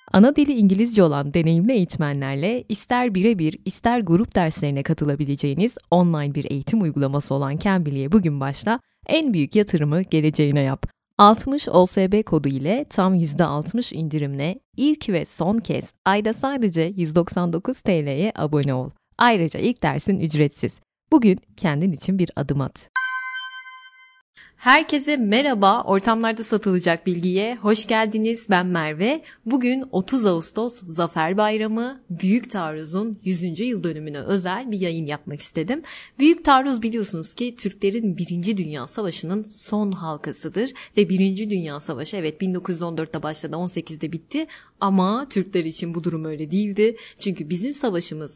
Ana dili İngilizce olan deneyimli eğitmenlerle ister birebir ister grup derslerine katılabileceğiniz online bir eğitim uygulaması olan Cambly'e bugün başla, en büyük yatırımı geleceğine yap. 60 OSB kodu ile tam %60 indirimle ilk ve son kez ayda sadece 199 TL'ye abone ol. Ayrıca ilk dersin ücretsiz. Bugün kendin için bir adım at. Herkese merhaba, ortamlarda satılacak bilgiye hoş geldiniz. Ben Merve. Bugün 30 Ağustos Zafer Bayramı, Büyük Taarruz'un 100. yıl dönümüne özel bir yayın yapmak istedim. Büyük Taarruz biliyorsunuz ki Türklerin 1. Dünya Savaşı'nın son halkasıdır. Ve 1. Dünya Savaşı evet 1914'te başladı, 18'de bitti. Ama Türkler için bu durum öyle değildi. Çünkü bizim savaşımız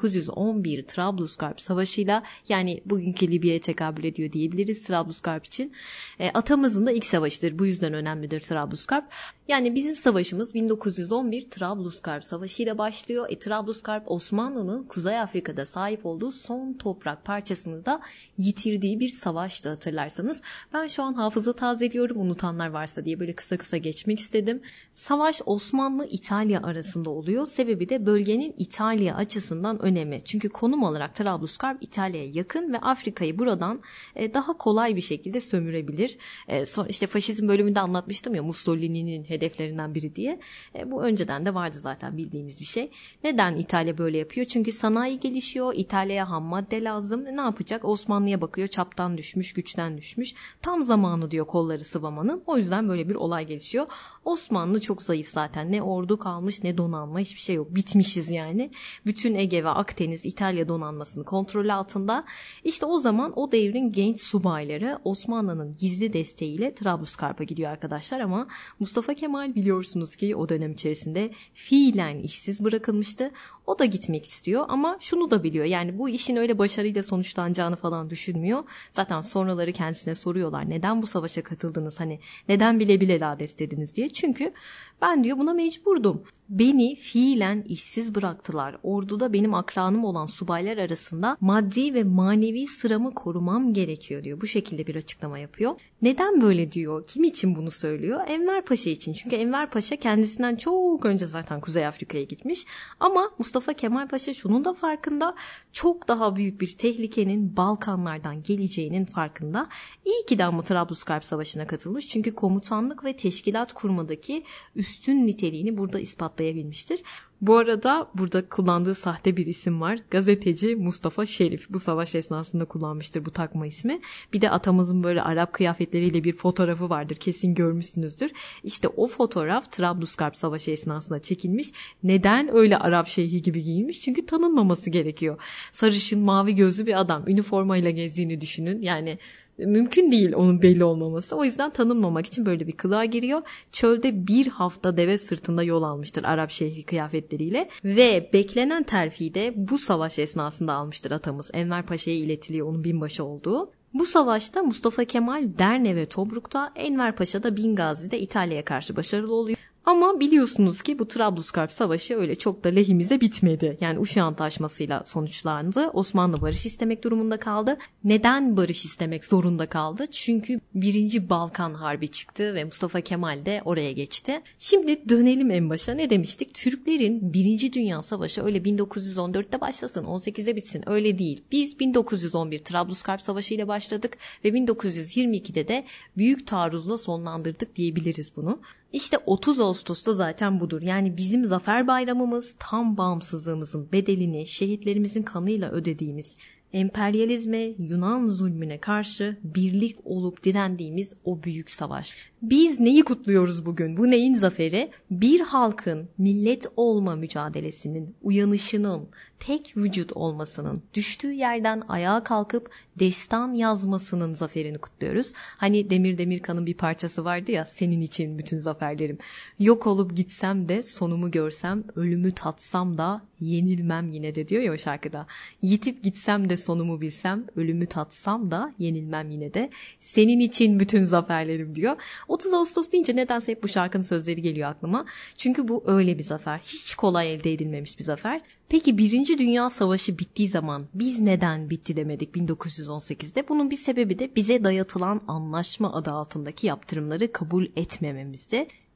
1911 Trablusgarp Savaşı'yla, yani bugünkü Libya'ya tekabül ediyor diyebiliriz Trablusgarp için. Atamızın da ilk savaşıdır. Bu yüzden önemlidir Trablusgarp. Yani bizim savaşımız 1911 Trablusgarp Savaşı ile başlıyor. Trablusgarp Osmanlı'nın Kuzey Afrika'da sahip olduğu son toprak parçasını da yitirdiği bir savaştı hatırlarsanız. Ben şu an hafıza tazeliyorum, unutanlar varsa diye böyle kısa kısa geçmek istedim. Savaş Osmanlı-İtalya arasında oluyor. Sebebi de bölgenin İtalya açısından önemi. Çünkü konum olarak Trablusgarp İtalya'ya yakın ve Afrika'yı buradan daha kolay bir şekilde sömürebilir. İşte faşizm bölümünde anlatmıştım ya, Mussolini'nin hedeflerinden biri diye. Bu önceden de vardı zaten, bildiğimiz bir şey. Neden İtalya böyle yapıyor? Çünkü sanayi gelişiyor. İtalya'ya ham madde lazım. Ne yapacak? Osmanlı'ya bakıyor. Çaptan düşmüş, güçten düşmüş. Tam zamanı diyor kolları sıvamanın. O yüzden böyle bir olay gelişiyor. Osmanlı çok zayıf zaten. Ne ordu kalmış ne donanma, hiçbir şey yok. Bitmişiz yani. Bütün Ege ve Akdeniz İtalya donanmasının kontrolü altında. İşte o zaman o devrin genç subayları Osmanlı'nın gizli desteğiyle Trablusgarp'a gidiyor arkadaşlar, ama Mustafa Kemal biliyorsunuz ki o dönem içerisinde fiilen işsiz bırakılmıştı. O da gitmek istiyor ama şunu da biliyor, yani bu işin öyle başarıyla sonuçlanacağını falan düşünmüyor. Zaten sonraları kendisine soruyorlar, neden bu savaşa katıldınız, hani neden bile bile lades dediniz diye. Çünkü ben diyor buna mecburdum. Beni fiilen işsiz bıraktılar. Orduda benim akranım olan subaylar arasında maddi ve manevi sıramı korumam gerekiyor diyor. Bu şekilde bir açıklama yapıyor. Neden böyle diyor? Kim için bunu söylüyor? Enver Paşa için. Çünkü Enver Paşa kendisinden çok önce zaten Kuzey Afrika'ya gitmiş. Ama Mustafa Kemal Paşa şunun da farkında. Çok daha büyük bir tehlikenin Balkanlardan geleceğinin farkında. İyi ki de ama Trablusgarp Savaşı'na katılmış. Çünkü komutanlık ve teşkilat kurmadaki üstün niteliğini burada ispatlayabilmiştir. Bu arada burada kullandığı sahte bir isim var. Gazeteci Mustafa Şerif. Bu savaş esnasında kullanmıştır bu takma ismi. Bir de atamızın böyle Arap kıyafetleriyle bir fotoğrafı vardır. Kesin görmüşsünüzdür. İşte o fotoğraf Trablusgarp Savaşı esnasında çekilmiş. Neden öyle Arap şeyhi gibi giyinmiş? Çünkü tanınmaması gerekiyor. Sarışın, mavi gözlü bir adam. Üniformayla gezdiğini düşünün. Yani mümkün değil onun belli olmaması. O yüzden tanınmamak için böyle bir kılığa giriyor. Çölde bir hafta deve sırtında yol almıştır Arap şeyhi kıyafetleriyle. Ve beklenen terfiyi de bu savaş esnasında almıştır atamız. Enver Paşa'ya iletiliyor onun binbaşı olduğu. Bu savaşta Mustafa Kemal Derne ve Tobruk'ta, Enver Paşa da Bingazi'de İtalya'ya karşı başarılı oluyor. Ama biliyorsunuz ki bu Trablusgarp Savaşı öyle çok da lehimize bitmedi. Yani Uşa Antlaşması'yla sonuçlandı. Osmanlı barış istemek durumunda kaldı. Neden barış istemek zorunda kaldı? Çünkü 1. Balkan Harbi çıktı ve Mustafa Kemal de oraya geçti. Şimdi dönelim en başa. Ne demiştik? Türklerin 1. Dünya Savaşı öyle 1914'te başlasın, 18'de bitsin, öyle değil. Biz 1911 Trablusgarp Savaşı ile başladık ve 1922'de de Büyük Taarruz'la sonlandırdık diyebiliriz bunu. İşte 30 Ağustos'ta zaten budur. Yani bizim Zafer Bayramımız, tam bağımsızlığımızın bedelini şehitlerimizin kanıyla ödediğimiz, emperyalizme, Yunan zulmüne karşı birlik olup direndiğimiz o büyük savaş. Biz neyi kutluyoruz bugün? Bu neyin zaferi? Bir halkın millet olma mücadelesinin, uyanışının, tek vücut olmasının, düştüğü yerden ayağa kalkıp destan yazmasının zaferini kutluyoruz. Hani Demir Demirkan'ın bir parçası vardı ya, senin için bütün zaferlerim. Yok olup gitsem de sonumu görsem, ölümü tatsam da yenilmem yine de diyor ya o şarkıda. Yitip gitsem de sonumu bilsem, ölümü tatsam da yenilmem yine de. Senin için bütün zaferlerim diyor. 30 Ağustos deyince nedense hep bu şarkının sözleri geliyor aklıma. Çünkü bu öyle bir zafer. Hiç kolay elde edilmemiş bir zafer. Peki 1. Dünya Savaşı bittiği zaman biz neden bitti demedik 1918'de? Bunun bir sebebi de bize dayatılan anlaşma adı altındaki yaptırımları kabul etmememizdi.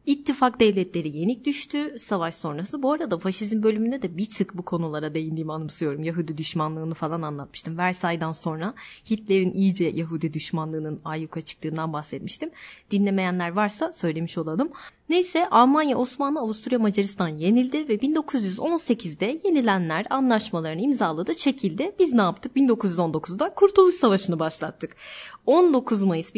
İttifak devletleri yenik düştü savaş sonrası. Bu arada faşizm bölümünde de bir tık bu konulara değindiğimi anımsıyorum. Yahudi düşmanlığını falan anlatmıştım. Versay'dan sonra Hitler'in iyice Yahudi düşmanlığının ayyuka çıktığından bahsetmiştim. Dinlemeyenler varsa söylemiş olalım. Neyse, Almanya, Osmanlı, Avusturya, Macaristan yenildi ve 1918'de yenilenler anlaşmalarını imzaladı, çekildi. Biz ne yaptık? 1919'da Kurtuluş Savaşı'nı başlattık. 19 Mayıs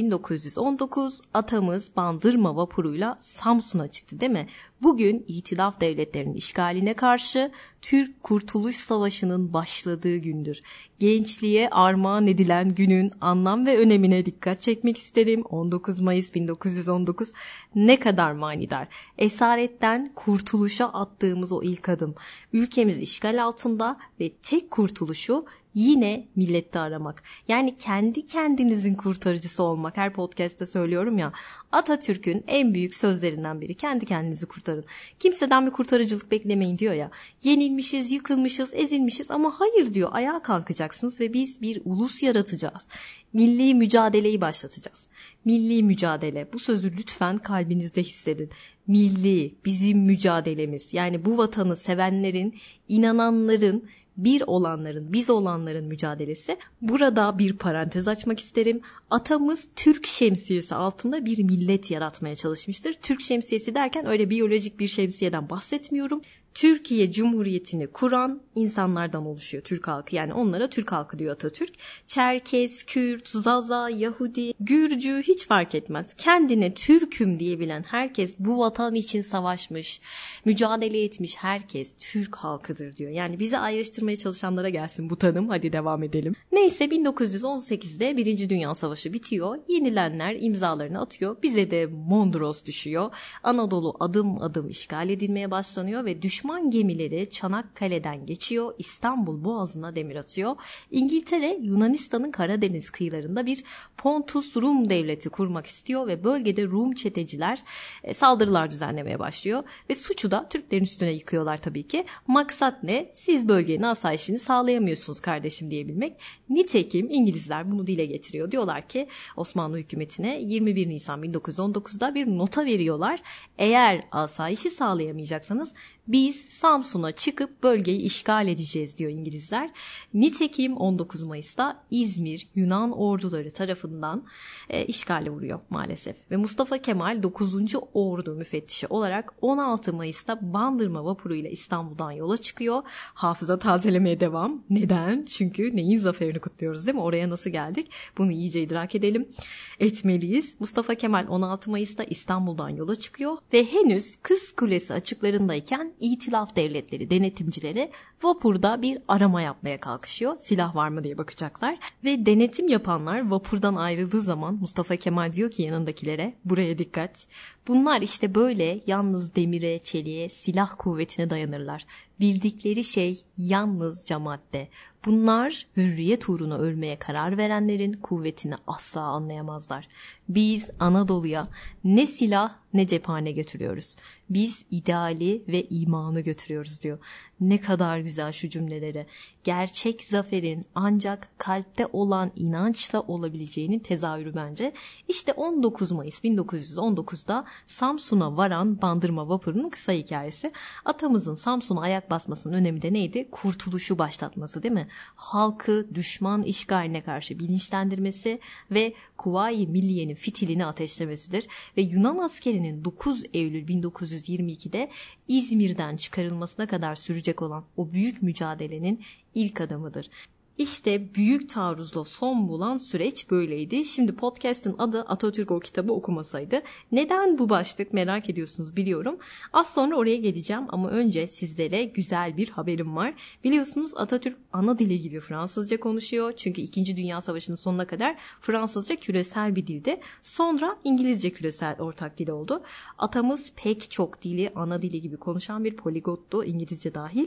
1919 atamız Bandırma vapuruyla Samsun'a çıktı, değil mi? Bugün İtilaf Devletleri'nin işgaline karşı Türk Kurtuluş Savaşı'nın başladığı gündür. Gençliğe armağan edilen günün anlam ve önemine dikkat çekmek isterim. 19 Mayıs 1919 ne kadar manidar. Esaretten kurtuluşa attığımız o ilk adım. Ülkemiz işgal altında ve tek kurtuluşu yine millette aramak. Yani kendi kendinizin kurtarıcısı olmak. Her podcast'te söylüyorum ya. Atatürk'ün en büyük sözlerinden biri, kendi kendinizi kurtarın. Kimseden bir kurtarıcılık beklemeyin diyor ya. Yenilmişiz, yıkılmışız, ezilmişiz ama hayır diyor. Ayağa kalkacaksınız ve biz bir ulus yaratacağız. Milli mücadeleyi başlatacağız. Milli mücadele. Bu sözü lütfen kalbinizde hissedin. Milli, bizim mücadelemiz. Yani bu vatanı sevenlerin, inananların, bir olanların, biz olanların mücadelesi. Burada bir parantez açmak isterim. Atamız Türk şemsiyesi altında bir millet yaratmaya çalışmıştır. Türk şemsiyesi derken öyle biyolojik bir şemsiyeden bahsetmiyorum. Türkiye Cumhuriyeti'ni kuran insanlardan oluşuyor Türk halkı. Yani onlara Türk halkı diyor Atatürk. Çerkes, Kürt, Zaza, Yahudi, Gürcü hiç fark etmez. Kendine Türk'üm diyebilen herkes, bu vatan için savaşmış, mücadele etmiş herkes Türk halkıdır diyor. Yani bizi ayrıştırmaya çalışanlara gelsin bu tanım. Hadi devam edelim. Neyse, 1918'de Birinci Dünya Savaşı bitiyor. Yenilenler imzalarını atıyor. Bize de Mondros düşüyor. Anadolu adım adım işgal edilmeye başlanıyor ve düşman gemileri Çanakkale'den geçiyor, İstanbul Boğazı'na demir atıyor. İngiltere, Yunanistan'ın Karadeniz kıyılarında bir Pontus Rum devleti kurmak istiyor ve bölgede Rum çeteciler saldırılar düzenlemeye başlıyor ve suçu da Türklerin üstüne yıkıyorlar tabii ki. Maksat ne? Siz bölgenin asayişini sağlayamıyorsunuz kardeşim diyebilmek. Nitekim İngilizler bunu dile getiriyor. Diyorlar ki Osmanlı hükümetine 21 Nisan 1919'da bir nota veriyorlar. Eğer asayişi sağlayamayacaksanız biz Samsun'a çıkıp bölgeyi işgal edeceğiz diyor İngilizler. Nitekim 19 Mayıs'ta İzmir Yunan orduları tarafından işgale vuruyor maalesef. Ve Mustafa Kemal 9. Ordu müfettişi olarak 16 Mayıs'ta Bandırma vapuruyla İstanbul'dan yola çıkıyor. Hafıza tazelemeye devam. Neden? Çünkü neyin zaferini kutluyoruz, değil mi? Oraya nasıl geldik? Bunu iyice idrak edelim. Etmeliyiz. Mustafa Kemal 16 Mayıs'ta İstanbul'dan yola çıkıyor ve henüz Kız Kulesi açıklarındayken İtilaf devletleri denetimcileri vapurda bir arama yapmaya kalkışıyor. Silah var mı diye bakacaklar. Ve denetim yapanlar vapurdan ayrıldığı zaman Mustafa Kemal diyor ki yanındakilere, buraya dikkat. Bunlar işte böyle yalnız demire, çeliğe, silah kuvvetine dayanırlar. Bildikleri şey yalnızca madde. Bunlar hürriyet uğruna ölmeye karar verenlerin kuvvetini asla anlayamazlar. Biz Anadolu'ya ne silah ne cephane götürüyoruz. Biz ideali ve imanı götürüyoruz diyor. Ne kadar güzel şu cümleleri. Gerçek zaferin ancak kalpte olan inançla olabileceğinin tezahürü bence. İşte 19 Mayıs 1919'da Samsun'a varan Bandırma vapurunun kısa hikayesi. Atamızın Samsun'a ayak basmasının önemi de neydi? Kurtuluşu başlatması, değil mi? Halkı düşman işgaline karşı bilinçlendirmesi ve Kuvayi Milliye'nin fitilini ateşlemesidir. Ve Yunan askerinin 9 Eylül 1922'de İzmir'den çıkarılmasına kadar sürecek olan o büyük mücadelenin ilk adımıdır. İşte Büyük Taarruz'da son bulan süreç böyleydi. Şimdi podcast'ın adı Atatürk o kitabı okumasaydı. Neden bu başlık merak ediyorsunuz biliyorum. Az sonra oraya geleceğim ama önce sizlere güzel bir haberim var. Biliyorsunuz Atatürk ana dili gibi Fransızca konuşuyor. Çünkü 2. Dünya Savaşı'nın sonuna kadar Fransızca küresel bir dildi. Sonra İngilizce küresel ortak dil oldu. Atamız pek çok dili ana dili gibi konuşan bir poligottu, İngilizce dahil.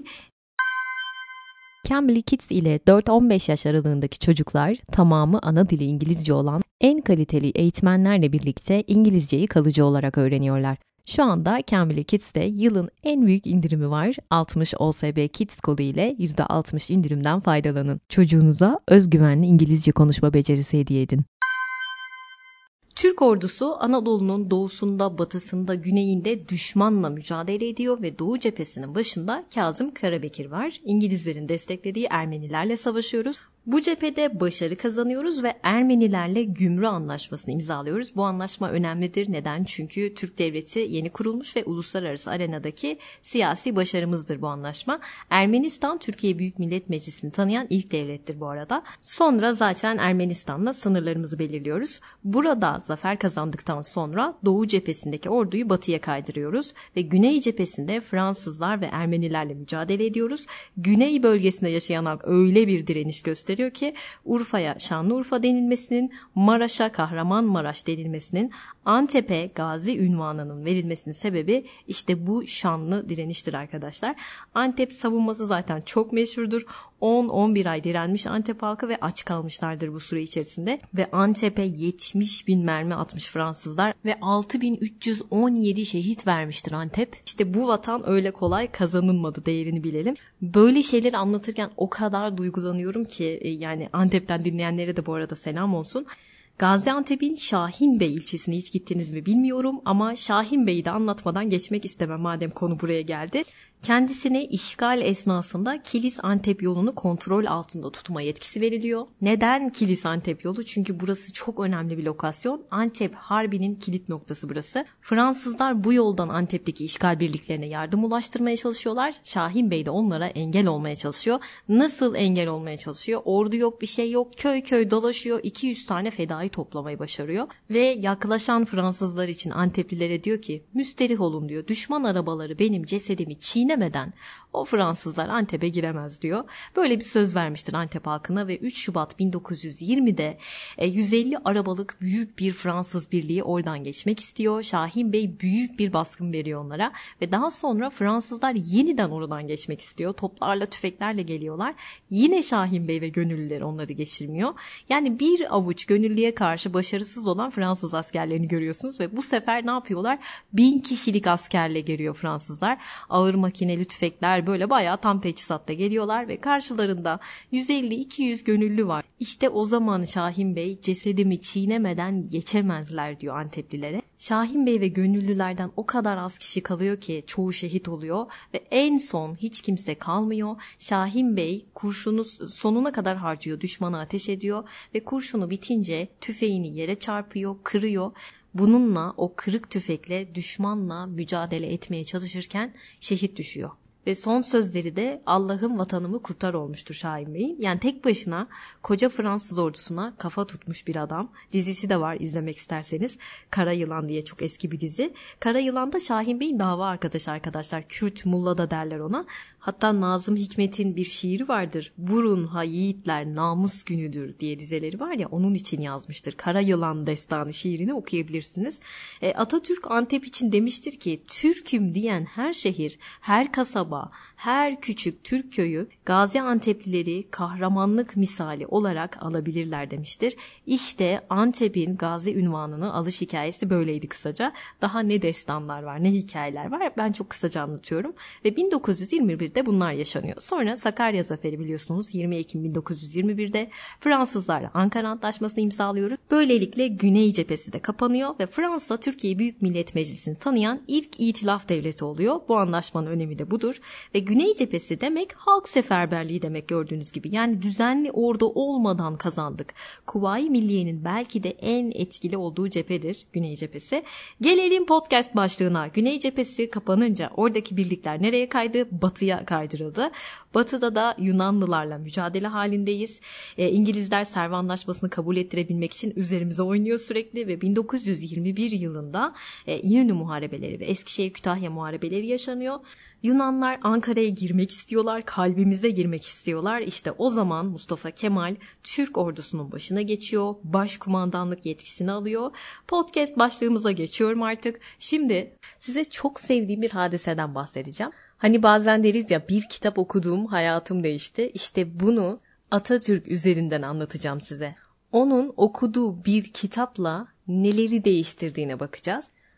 Cambly Kids ile 4-15 yaş aralığındaki çocuklar tamamı ana dili İngilizce olan en kaliteli eğitmenlerle birlikte İngilizceyi kalıcı olarak öğreniyorlar. Şu anda Cambly Kids'te yılın en büyük indirimi var. 60 OSB Kids kodu ile %60 indirimden faydalanın. Çocuğunuza özgüvenli İngilizce konuşma becerisi hediye edin. Türk ordusu Anadolu'nun doğusunda, batısında, güneyinde düşmanla mücadele ediyor ve Doğu cephesinin başında Kazım Karabekir var. İngilizlerin desteklediği Ermenilerle savaşıyoruz. Bu cephede başarı kazanıyoruz ve Ermenilerle Gümrü Anlaşması'nı imzalıyoruz. Bu anlaşma önemlidir. Neden? Çünkü Türk Devleti yeni kurulmuş ve uluslararası arenadaki siyasi başarımızdır bu anlaşma. Ermenistan, Türkiye Büyük Millet Meclisi'ni tanıyan ilk devlettir bu arada. Sonra zaten Ermenistan'la sınırlarımızı belirliyoruz. Burada zafer kazandıktan sonra Doğu cephesindeki orduyu batıya kaydırıyoruz ve Güney cephesinde Fransızlar ve Ermenilerle mücadele ediyoruz. Güney bölgesinde yaşayan halk öyle bir direniş gösteriyor ki Urfa'ya Şanlıurfa denilmesinin, Maraş'a Kahramanmaraş denilmesinin, Antep'e Gazi unvanının verilmesinin sebebi işte bu şanlı direniştir arkadaşlar. Antep savunması zaten çok meşhurdur. 10-11 ay direnmiş Antep halkı ve aç kalmışlardır bu süre içerisinde. Ve Antep'e 70.000 mermi atmış Fransızlar ve 6.317 şehit vermiştir Antep. İşte bu vatan öyle kolay kazanılmadı, değerini bilelim. Böyle şeyleri anlatırken o kadar duygulanıyorum ki yani Antep'ten dinleyenlere de bu arada selam olsun. Gaziantep'in Şahinbey ilçesine hiç gittiniz mi bilmiyorum ama Şahinbey'i de anlatmadan geçmek istemem madem konu buraya geldi. Kendisine işgal esnasında Kilis-Antep yolunu kontrol altında tutma yetkisi veriliyor. Neden Kilis-Antep yolu? Çünkü burası çok önemli bir lokasyon. Antep Harbi'nin kilit noktası burası. Fransızlar bu yoldan Antep'teki işgal birliklerine yardım ulaştırmaya çalışıyorlar. Şahin Bey de onlara engel olmaya çalışıyor. Nasıl engel olmaya çalışıyor? Ordu yok, bir şey yok. Köy köy dolaşıyor. 200 tane fedai toplamayı başarıyor. Ve yaklaşan Fransızlar için Anteplilere diyor ki müsterih olun diyor. Düşman arabaları benim cesedimi çiğnemeden o Fransızlar Antep'e giremez diyor. Böyle bir söz vermiştir Antep halkına ve 3 Şubat 1920'de 150 arabalık büyük bir Fransız birliği oradan geçmek istiyor. Şahin Bey büyük bir baskın veriyor onlara ve daha sonra Fransızlar yeniden oradan geçmek istiyor. Toplarla, tüfeklerle geliyorlar. Yine Şahin Bey ve gönüllüler onları geçirmiyor. Yani bir avuç gönüllüye karşı başarısız olan Fransız askerlerini görüyorsunuz ve bu sefer ne yapıyorlar? 1000 kişilik askerle geliyor Fransızlar. Ağır makineli tüfekler böyle bayağı tam teçhizatla geliyorlar ve karşılarında 150-200 gönüllü var. İşte o zaman Şahin Bey cesedimi çiğnemeden geçemezler diyor Anteplilere. Şahin Bey ve gönüllülerden o kadar az kişi kalıyor ki çoğu şehit oluyor ve en son hiç kimse kalmıyor. Şahin Bey kurşunu sonuna kadar harcıyor, düşmana ateş ediyor ve kurşunu bitince tüfeğini yere çarpıyor, kırıyor. Bununla o kırık tüfekle düşmanla mücadele etmeye çalışırken şehit düşüyor. Ve son sözleri de Allah'ım vatanımı kurtar olmuştur Şahin Bey'in. Yani tek başına koca Fransız ordusuna kafa tutmuş bir adam. Dizisi de var izlemek isterseniz. Kara Yılan diye çok eski bir dizi. Kara Yılan'da Şahin Bey'in dava arkadaşı arkadaşlar. Kürt Mulla da derler ona. Hatta Nazım Hikmet'in bir şiiri vardır. Vurun ha yiğitler namus günüdür diye dizeleri var ya onun için yazmıştır. Kara Yılan destanı şiirini okuyabilirsiniz. Atatürk Antep için demiştir ki Türk'üm diyen her şehir, her kasaba, her küçük Türk köyü Gaziantep'lileri kahramanlık misali olarak alabilirler demiştir. İşte Antep'in Gazi unvanını alış hikayesi böyleydi kısaca. Daha ne destanlar var, ne hikayeler var ben çok kısaca anlatıyorum. Ve 1921'de bunlar yaşanıyor. Sonra Sakarya Zaferi biliyorsunuz 20 Ekim 1921'de Fransızlarla Ankara Antlaşması'nı imzalıyoruz. Böylelikle Güney cephesi de kapanıyor ve Fransa Türkiye Büyük Millet Meclisi'ni tanıyan ilk itilaf devleti oluyor. Bu anlaşmanın önemi de budur. Ve Güney cephesi demek halk seferberliği demek gördüğünüz gibi. Yani düzenli ordu olmadan kazandık. Kuvayi Milliye'nin belki de en etkili olduğu cephedir Güney cephesi. Gelelim podcast başlığına. Güney cephesi kapanınca oradaki birlikler nereye kaydı? Batıya kaydırıldı. Batıda da Yunanlılarla mücadele halindeyiz. İngilizler Serv Anlaşması'nı kabul ettirebilmek için üzerimize oynuyor sürekli ve 1921 yılında İnönü Muharebeleri ve Eskişehir-Kütahya Muharebeleri yaşanıyor. Yunanlar Ankara'ya girmek istiyorlar, kalbimize girmek istiyorlar. İşte o zaman Mustafa Kemal Türk ordusunun başına geçiyor, başkumandanlık yetkisini alıyor. Podcast başlığımıza geçiyorum artık. Şimdi size çok sevdiğim bir hadiseden bahsedeceğim. Hani bazen deriz ya bir kitap okuduğum hayatım değişti. İşte bunu Atatürk üzerinden anlatacağım size. Onun okuduğu bir kitapla neleri değiştirdiğine bakacağız.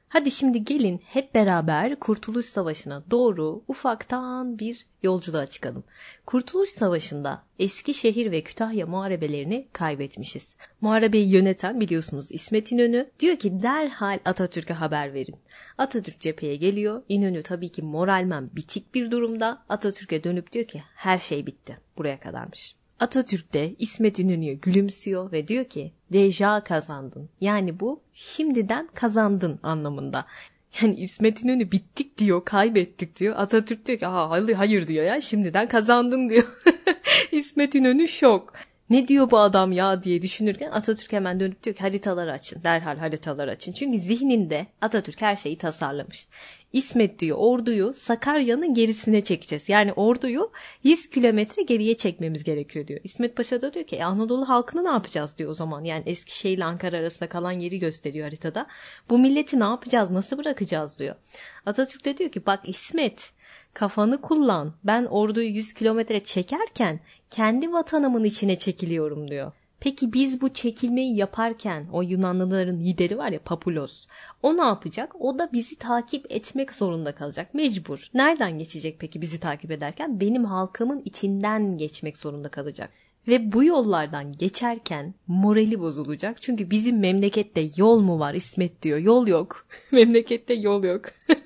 Hadi şimdi gelin hep beraber Kurtuluş Savaşı'na doğru ufaktan bir yolculuğa çıkalım. Kurtuluş Savaşı'nda Eskişehir ve Kütahya muharebelerini kaybetmişiz. Muharebeyi yöneten biliyorsunuz İsmet İnönü diyor ki derhal Atatürk'e haber verin. Atatürk cepheye geliyor. İnönü tabii ki moralmen bitik bir durumda. Atatürk'e dönüp diyor ki her şey bitti. Buraya kadarmış. Atatürk de İsmet İnönü'ye gülümsüyor ve diyor ki deja kazandın. Yani bu şimdiden kazandın anlamında. Yani İsmet İnönü bittik diyor, kaybettik diyor. Atatürk diyor ki hayır diyor ya, şimdiden kazandın diyor. İsmet İnönü şok. Ne diyor bu adam ya diye düşünürken Atatürk hemen dönüp diyor ki haritaları açın. Derhal haritaları açın. Çünkü zihninde Atatürk her şeyi tasarlamış. İsmet diyor orduyu Sakarya'nın gerisine çekeceğiz. Yani orduyu 100 kilometre geriye çekmemiz gerekiyor diyor. İsmet Paşa da diyor ki Anadolu halkını ne yapacağız diyor o zaman. Yani Eskişehir ile Ankara arasında kalan yeri gösteriyor haritada. Bu milleti ne yapacağız, nasıl bırakacağız diyor. Atatürk de diyor ki bak İsmet, kafanı kullan. Ben orduyu 100 kilometre çekerken kendi vatanımın içine çekiliyorum diyor. Peki biz bu çekilmeyi yaparken o Yunanlıların lideri var ya Papulos. O ne yapacak? O da bizi takip etmek zorunda kalacak. Mecbur. Nereden geçecek peki bizi takip ederken? Benim halkımın içinden geçmek zorunda kalacak. Ve bu yollardan geçerken morali bozulacak. Çünkü bizim memlekette yol mu var İsmet diyor. Yol yok. Memlekette yol yok.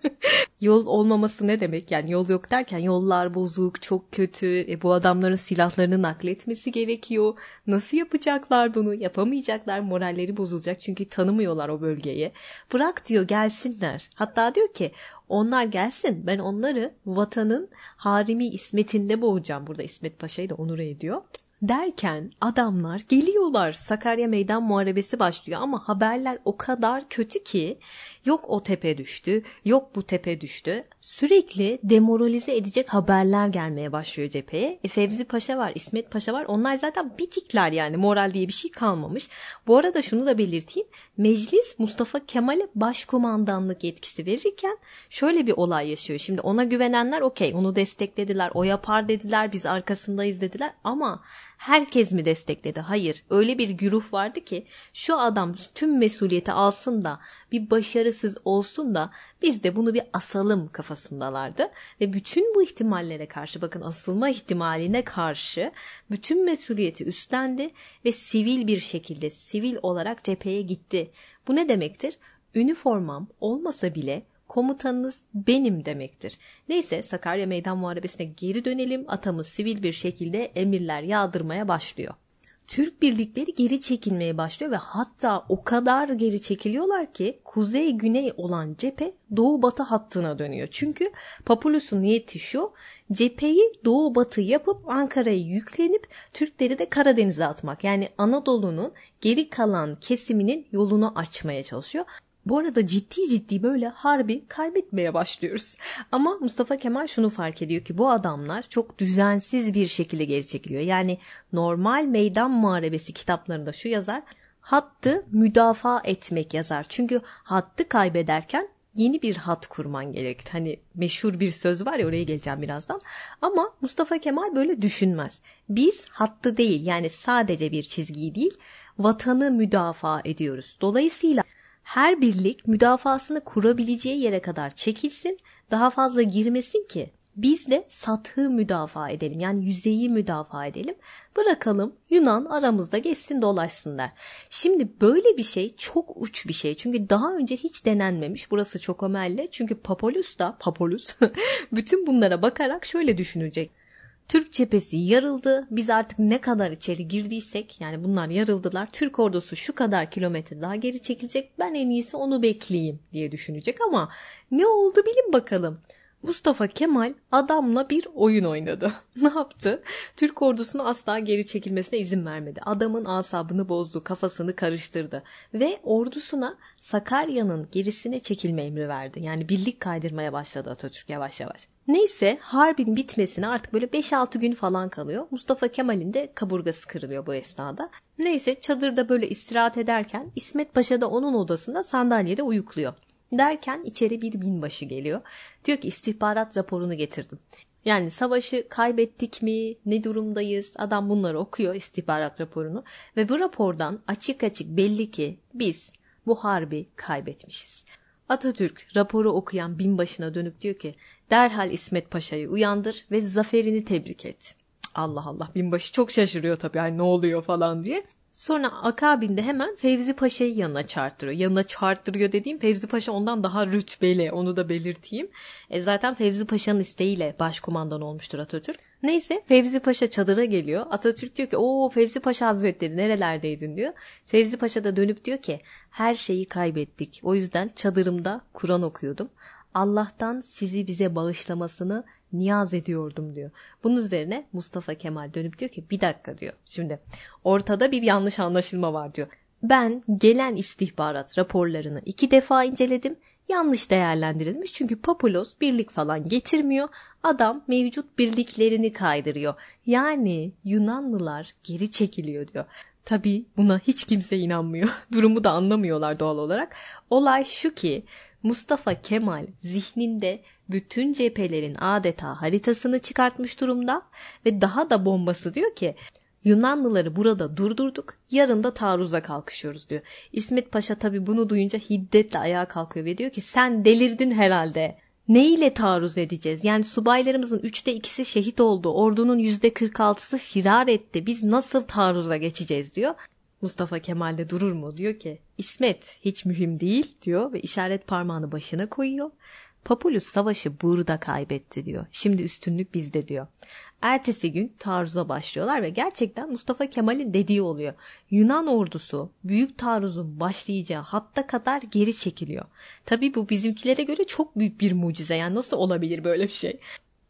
Yol olmaması ne demek? Yani yol yok derken yollar bozuk, çok kötü. Bu adamların silahlarını nakletmesi gerekiyor. Nasıl yapacaklar bunu? Yapamayacaklar. Moralleri bozulacak. Çünkü tanımıyorlar o bölgeyi. Bırak diyor gelsinler. Hatta diyor ki onlar gelsin. Ben onları vatanın harimi İsmet'inde boğacağım. Burada İsmet Paşa'yı da onur ediyor. Derken adamlar geliyorlar. Sakarya Meydan Muharebesi başlıyor ama haberler o kadar kötü ki yok o tepe düştü, yok bu tepe düştü. Sürekli demoralize edecek haberler gelmeye başlıyor cepheye. Fevzi Paşa var, İsmet Paşa var. Onlar zaten bitikler yani, moral diye bir şey kalmamış. Bu arada şunu da belirteyim. Meclis Mustafa Kemal'e başkumandanlık yetkisi verirken şöyle bir olay yaşıyor. Şimdi ona güvenenler okey, onu desteklediler, o yapar dediler, biz arkasındayız dediler ama herkes mi destekledi? Hayır. Öyle bir güruh vardı ki şu adam tüm mesuliyeti alsın da bir başarısız olsun da biz de bunu bir asalım kafasındalardı. Ve bütün bu ihtimallere karşı, bakın asılma ihtimaline karşı bütün mesuliyeti üstlendi ve sivil bir şekilde, sivil olarak cepheye gitti. Bu ne demektir? Üniformam olmasa bile komutanınız benim demektir. Neyse, Sakarya Meydan Muharebesi'ne geri dönelim. Atamız sivil bir şekilde emirler yağdırmaya başlıyor. Türk birlikleri geri çekilmeye başlıyor ve hatta o kadar geri çekiliyorlar ki kuzey-güney olan cephe doğu-batı hattına dönüyor. Çünkü Papulus'un niyeti şu: cepheyi doğu-batı yapıp Ankara'ya yüklenip Türkleri de Karadeniz'e atmak. Yani Anadolu'nun geri kalan kesiminin yolunu açmaya çalışıyor. Bu arada ciddi böyle harbi kaybetmeye başlıyoruz. Ama Mustafa Kemal şunu fark ediyor ki bu adamlar çok düzensiz bir şekilde geri çekiliyor. Yani normal meydan muharebesi kitaplarında şu yazar: hattı müdafaa etmek yazar. Çünkü hattı kaybederken yeni bir hat kurman gerekir. Hani meşhur bir söz var ya, oraya geleceğim birazdan. Ama Mustafa Kemal böyle düşünmez. Biz hattı değil, yani sadece bir çizgiyi değil, vatanı müdafaa ediyoruz. Dolayısıyla her birlik müdafasını kurabileceği yere kadar çekilsin, daha fazla girmesin ki biz de sathı müdafaa edelim. Yani yüzeyi müdafaa edelim. Bırakalım Yunan aramızda geçsin dolaşsınlar. Şimdi böyle bir şey çok uç bir şey. Çünkü daha önce hiç denenmemiş. Burası çok önemli. Çünkü Papulus bütün bunlara bakarak şöyle düşünecek: Türk cephesi yarıldı. Biz artık ne kadar içeri girdiysek, yani bunlar yarıldılar. Türk ordusu şu kadar kilometre daha geri çekilecek. Ben en iyisi onu bekleyeyim diye düşünecek ama ne oldu bilin bakalım. Mustafa Kemal adamla bir oyun oynadı. Ne yaptı? Türk ordusunu asla geri çekilmesine izin vermedi. Adamın asabını bozdu, kafasını karıştırdı ve ordusuna Sakarya'nın gerisine çekilme emri verdi. Yani birlik kaydırmaya başladı Atatürk yavaş yavaş. Neyse, harbin bitmesine artık böyle 5-6 gün falan kalıyor. Mustafa Kemal'in de kaburgası kırılıyor bu esnada. Neyse, çadırda böyle istirahat ederken İsmet Paşa da onun odasında sandalyede uyukluyor. Derken içeri bir binbaşı geliyor. Diyor ki istihbarat raporunu getirdim. Yani savaşı kaybettik mi, ne durumdayız? Adam bunları okuyor, istihbarat raporunu. Ve bu rapordan açık açık belli ki biz bu harbi kaybetmişiz. Atatürk raporu okuyan binbaşına dönüp diyor ki derhal İsmet Paşa'yı uyandır ve zaferini tebrik et. Allah Allah, binbaşı çok şaşırıyor tabii, yani ne oluyor falan diye. Sonra akabinde hemen Fevzi Paşa'yı yanına çağırtırıyor. Yanına çağırtırıyor dediğim, Fevzi Paşa ondan daha rütbeli, onu da belirteyim. Zaten Fevzi Paşa'nın isteğiyle başkumandan olmuştur Atatürk. Neyse Fevzi Paşa çadıra geliyor. Atatürk diyor ki o Fevzi Paşa Hazretleri nerelerdeydin diyor. Fevzi Paşa da dönüp diyor ki her şeyi kaybettik. O yüzden çadırımda Kur'an okuyordum. Allah'tan sizi bize bağışlamasını niyaz ediyordum diyor. Bunun üzerine Mustafa Kemal dönüp diyor ki bir dakika diyor. Şimdi ortada bir yanlış anlaşılma var diyor. Ben gelen istihbarat raporlarını 2 defa inceledim. Yanlış değerlendirilmiş çünkü Papulos birlik falan getirmiyor. Adam mevcut birliklerini kaydırıyor. Yani Yunanlılar geri çekiliyor diyor. Tabii buna hiç kimse inanmıyor. Durumu da anlamıyorlar doğal olarak. Olay şu ki Mustafa Kemal zihninde bütün cephelerin adeta haritasını çıkartmış durumda ve daha da bombası diyor ki Yunanlıları burada durdurduk, yarın da taarruza kalkışıyoruz diyor. İsmet Paşa tabii bunu duyunca hiddetle ayağa kalkıyor ve diyor ki sen delirdin herhalde. Ne ile taarruz edeceğiz? Yani subaylarımızın 3'te 2'si şehit oldu. Ordunun %46'sı firar etti. Biz nasıl taarruza geçeceğiz diyor. Mustafa Kemal de durur mu? Diyor ki İsmet hiç mühim değil diyor ve işaret parmağını başına koyuyor. Papulus savaşı burada kaybetti diyor. Şimdi üstünlük bizde diyor. Ertesi gün taarruza başlıyorlar ve gerçekten Mustafa Kemal'in dediği oluyor. Yunan ordusu büyük taarruzun başlayacağı hatta kadar geri çekiliyor. Tabii bu bizimkilere göre çok büyük bir mucize. Yani nasıl olabilir böyle bir şey?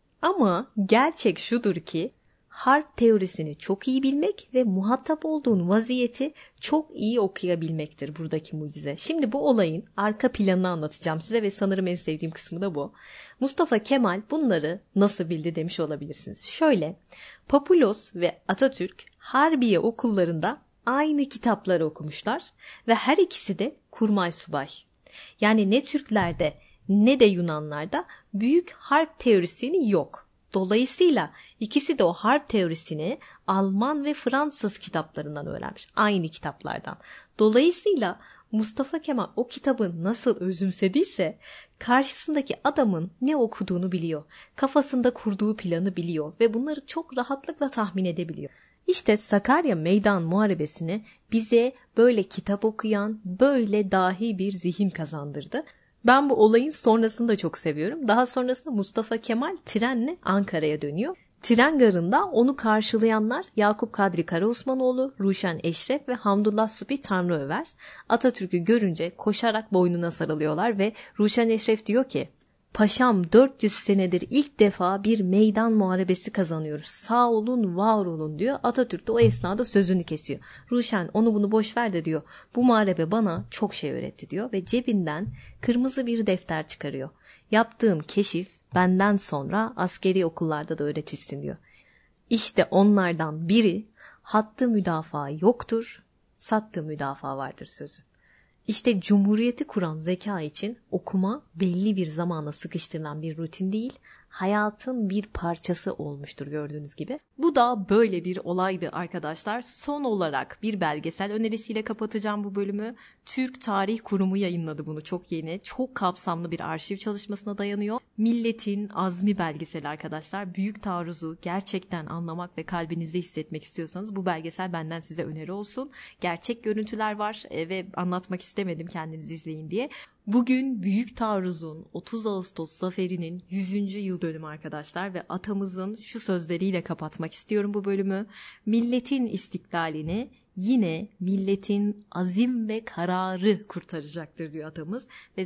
Ama gerçek şudur ki harp teorisini çok iyi bilmek ve muhatap olduğun vaziyeti çok iyi okuyabilmektir buradaki mucize. Şimdi bu olayın arka planını anlatacağım size ve sanırım en sevdiğim kısmı da bu. Mustafa Kemal bunları nasıl bildi demiş olabilirsiniz. Şöyle, Papulos ve Atatürk Harbiye okullarında aynı kitapları okumuşlar ve her ikisi de kurmay subay. Yani ne Türklerde ne de Yunanlarda büyük harp teorisini yok. Dolayısıyla ikisi de o harp teorisini Alman ve Fransız kitaplarından öğrenmiş. Aynı kitaplardan. Dolayısıyla Mustafa Kemal o kitabı nasıl özümsediyse karşısındaki adamın ne okuduğunu biliyor. Kafasında kurduğu planı biliyor ve bunları çok rahatlıkla tahmin edebiliyor. İşte Sakarya Meydan Muharebesi'ni bize böyle kitap okuyan, böyle dahi bir zihin kazandırdı. Ben bu olayın sonrasını da çok seviyorum. Daha sonrasında Mustafa Kemal trenle Ankara'ya dönüyor. Tren garında onu karşılayanlar Yakup Kadri Karaosmanoğlu, Ruşen Eşref ve Hamdullah Supi Tanrıöver. Atatürk'ü görünce koşarak boynuna sarılıyorlar ve Ruşen Eşref diyor ki Paşam 400 senedir ilk defa bir meydan muharebesi kazanıyoruz. Sağ olun, var olun diyor. Atatürk de o esnada sözünü kesiyor. Ruşen onu bunu boş ver de diyor. Bu muharebe bana çok şey öğretti diyor ve cebinden kırmızı bir defter çıkarıyor. Yaptığım keşif benden sonra askeri okullarda da öğretilsin diyor. İşte onlardan biri hattı müdafaa yoktur, sattı müdafaa vardır sözü. İşte Cumhuriyeti kuran zeka için okuma belli bir zamana sıkıştırılan bir rutin değil, hayatın bir parçası olmuştur gördüğünüz gibi. Bu da böyle bir olaydı arkadaşlar. Son olarak bir belgesel önerisiyle kapatacağım bu bölümü. Türk Tarih Kurumu yayınladı bunu, çok yeni, çok kapsamlı bir arşiv çalışmasına dayanıyor. Milletin Azmi belgeseli arkadaşlar. Büyük taarruzu gerçekten anlamak ve kalbinizde hissetmek istiyorsanız bu belgesel benden size öneri olsun. Gerçek görüntüler var ve anlatmak istemedim kendiniz izleyin diye. Bugün Büyük Taarruz'un 30 Ağustos zaferinin 100. yıl dönümü arkadaşlar ve atamızın şu sözleriyle kapatmak istiyorum bu bölümü. Milletin istiklalini yine milletin azim ve kararı kurtaracaktır diyor atamız ve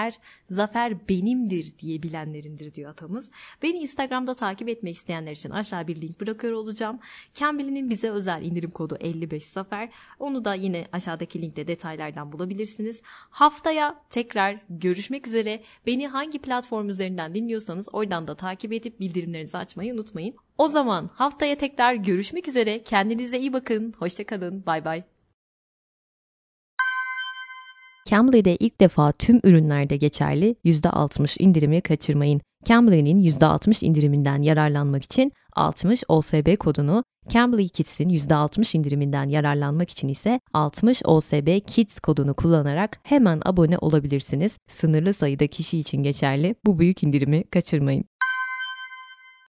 zafer benimdir diyebilenlerindir diyor atamız. Beni Instagram'da takip etmek isteyenler için aşağı bir link bırakıyor olacağım. Cambly'nin bize özel indirim kodu 55zafer. Onu da yine aşağıdaki linkte detaylardan bulabilirsiniz. Haftaya tekrar görüşmek üzere. Beni hangi platform üzerinden dinliyorsanız oradan da takip edip bildirimlerinizi açmayı unutmayın. O zaman haftaya tekrar görüşmek üzere. Kendinize iyi bakın. Hoşça kalın. Bay bay. Cambly'de ilk defa tüm ürünlerde geçerli %60 indirimi kaçırmayın. Cambly'nin %60 indiriminden yararlanmak için 60 OSB kodunu, Cambly Kids'in %60 indiriminden yararlanmak için ise 60 OSB Kids kodunu kullanarak hemen abone olabilirsiniz. Sınırlı sayıda kişi için geçerli. Bu büyük indirimi kaçırmayın.